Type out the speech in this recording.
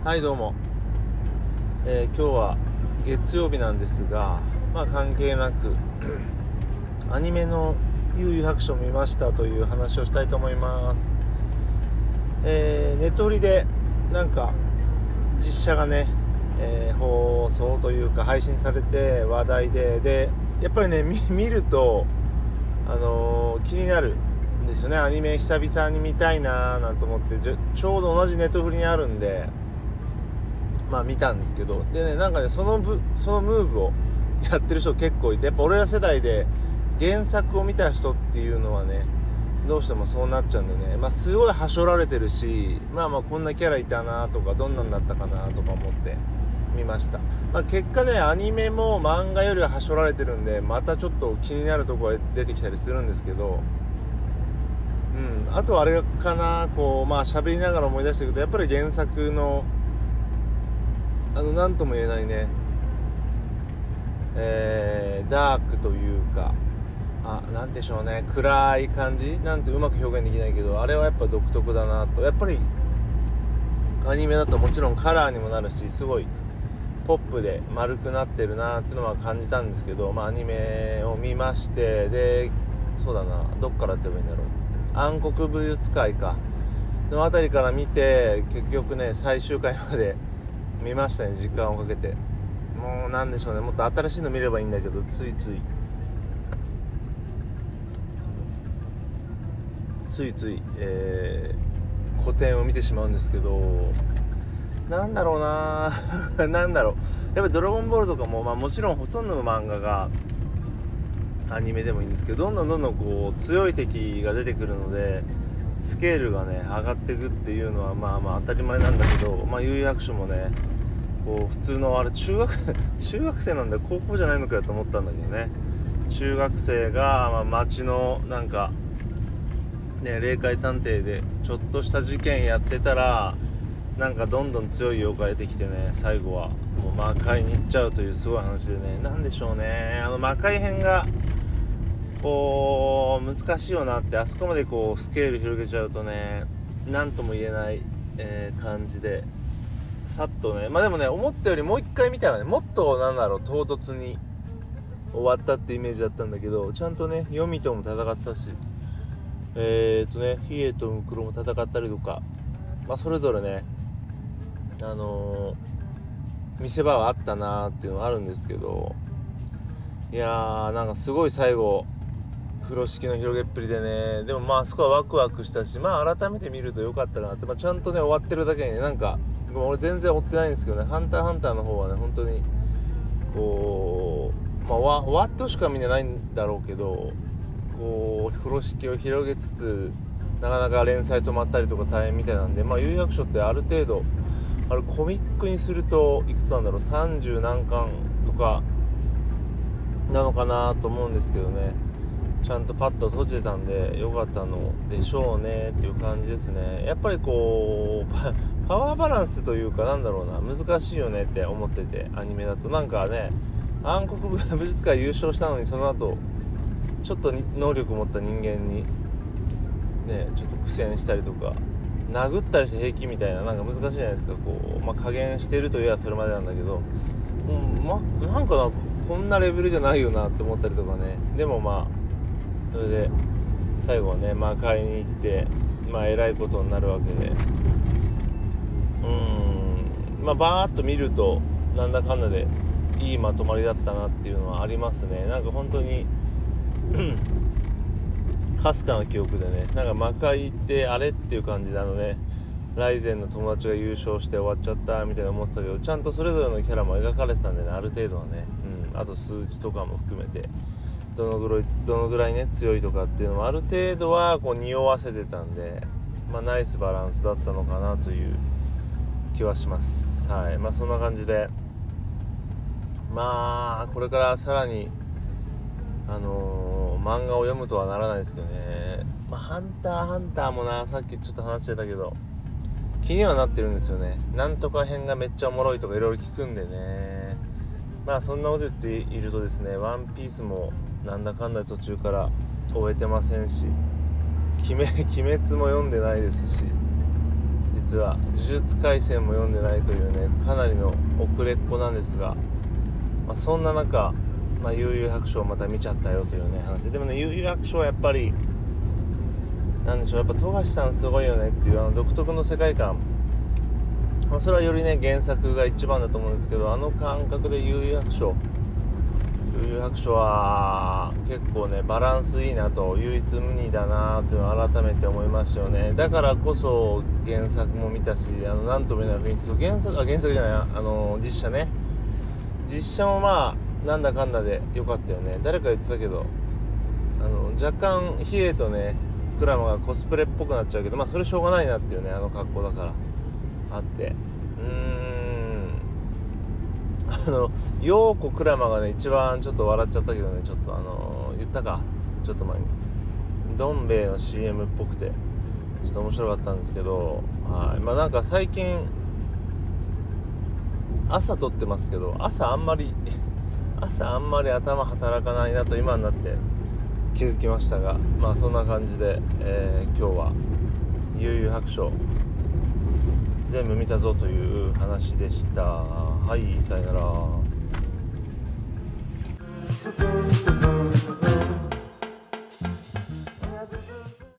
はいどうも、今日は月曜日なんですが、関係なくアニメの幽遊白書を見ましたという話をしたいと思います。ネットフリでなんか実写がね、放送というか配信されて話題でやっぱりね見ると、気になるんですよね。アニメ久々に見たいななんて思ってちょうど同じネットフリにあるんで見たんですけど、でね、なんかねそのムーブをやってる人結構いて、やっぱ俺ら世代で原作を見た人っていうのはねどうしてもそうなっちゃうんでね、すごいはしょられてるし、こんなキャラいたなとかどんなんだったかなとか思って見ました。結果ねアニメも漫画よりははしょられてるんで、またちょっと気になるところが出てきたりするんですけど、あとはあれかな、喋りながら思い出していくと、やっぱり原作のなんとも言えないね、ダークというか、なんでしょうね、暗い感じなんてうまく表現できないけど、あれはやっぱ独特だなと。やっぱりアニメだともちろんカラーにもなるし、すごいポップで丸くなってるなっていうのは感じたんですけど、アニメを見まして、でそうだな、どっからって言えばいいんだろう、暗黒武術会かのあたりから見て、結局ね最終回まで見ましたね、時間をかけて。もうなんでしょうね、もっと新しいの見ればいいんだけど、ついつい、古典を見てしまうんですけど、なんだろうななんだろう、やっぱりドラゴンボールとかも、もちろんほとんどの漫画がアニメでもいいんですけど、どんどんこう強い敵が出てくるので、スケールがね上がっていくっていうのは当たり前なんだけど、幽遊白書もねこう普通のあれ中学生なんだ、高校じゃないのかよと思ったんだけどね、中学生が、町のなんかね霊界探偵でちょっとした事件やってたら、なんかどんどん強い妖怪出てきてね、最後はもう魔界に行っちゃうというすごい話でね、なんでしょうね、魔界編がこう難しいよなって。あそこまでこうスケール広げちゃうとね、なんとも言えない、感じでさっとね、でもね思ったよりもう一回見たらね、もっと唐突に終わったってイメージだったんだけど、ちゃんとねヨミとも戦ってたし、ヒエとムクロも戦ったりとか、それぞれね見せ場はあったなーっていうのはあるんですけど、いやーなんかすごい最後風呂敷の広げっぷりでね、でもそこはワクワクしたし、改めて見ると良かったなって、ちゃんとね終わってるだけにね、なんか俺全然追ってないんですけどね、ハンターハンターの方はね本当にこう、終わってほしくはみんなないんだろうけど、こう風呂敷を広げつつなかなか連載止まったりとか大変みたいなんで、幽遊白書ってある程度コミックにするといくつなんだろう、30何巻とかなのかなと思うんですけどね、ちゃんとパッと閉じてたんで良かったのでしょうねっていう感じですね。やっぱりこうパワーバランスというか、難しいよねって思ってて、アニメだとなんかね、暗黒武術界優勝したのに、その後ちょっと能力持った人間にねちょっと苦戦したりとか、殴ったりして平気みたいな、なんか難しいじゃないですか。こう加減してるといえばそれまでなんだけど、なんかこんなレベルじゃないよなって思ったりとかね。でもそれで最後はね買いに行ってえらいことになるわけで、バーッと見るとなんだかんだでいいまとまりだったなっていうのはありますね。なんか本当にかすかな記憶でね、なんか魔界ってあれっていう感じで、ライゼンの友達が優勝して終わっちゃったみたいな思ってたけど、ちゃんとそれぞれのキャラも描かれてたんでね、ある程度はね、あと数値とかも含めてどのぐらいね強いとかっていうのもある程度はこう匂わせてたんで、ナイスバランスだったのかなという気はします。はい、そんな感じでこれからさらに漫画を読むとはならないですけどね。ハンターハンターもさっきちょっと話してたけど気にはなってるんですよね。なんとか編がめっちゃおもろいとかいろいろ聞くんでね。そんなこと言っているとですね、ワンピースもなんだかんだ途中から終えてませんし、鬼滅も読んでないですし、 実は呪術廻戦も読んでないというね、かなりの遅れっ子なんですが、そんな中、悠々白書をまた見ちゃったよというね話で、もね、悠々白書はやっぱりなんでしょう、やっぱ富樫さんすごいよねっていう独特の世界観、それはよりね原作が一番だと思うんですけど、あの感覚で悠々白書は結構ねバランスいいなと、唯一無二だなというのを改めて思いますよね。だからこそ原作も見たし、なんとも言えない雰囲気と、原作じゃない、実写もなんだかんだで良かったよね。誰か言ってたけど、若干ヒエとねクラマがコスプレっぽくなっちゃうけど、それしょうがないなっていうね、あの格好だからあって、陽子クラマがね一番ちょっと笑っちゃったけどね、ちょっと言ったかちょっと前にどん兵衛の CM っぽくてちょっと面白かったんですけど、なんか最近朝撮ってますけど、朝あんまり頭働かないなと今になって気づきましたが、そんな感じで、今日は悠々白書全部見たぞという話でした。はい、さよなら。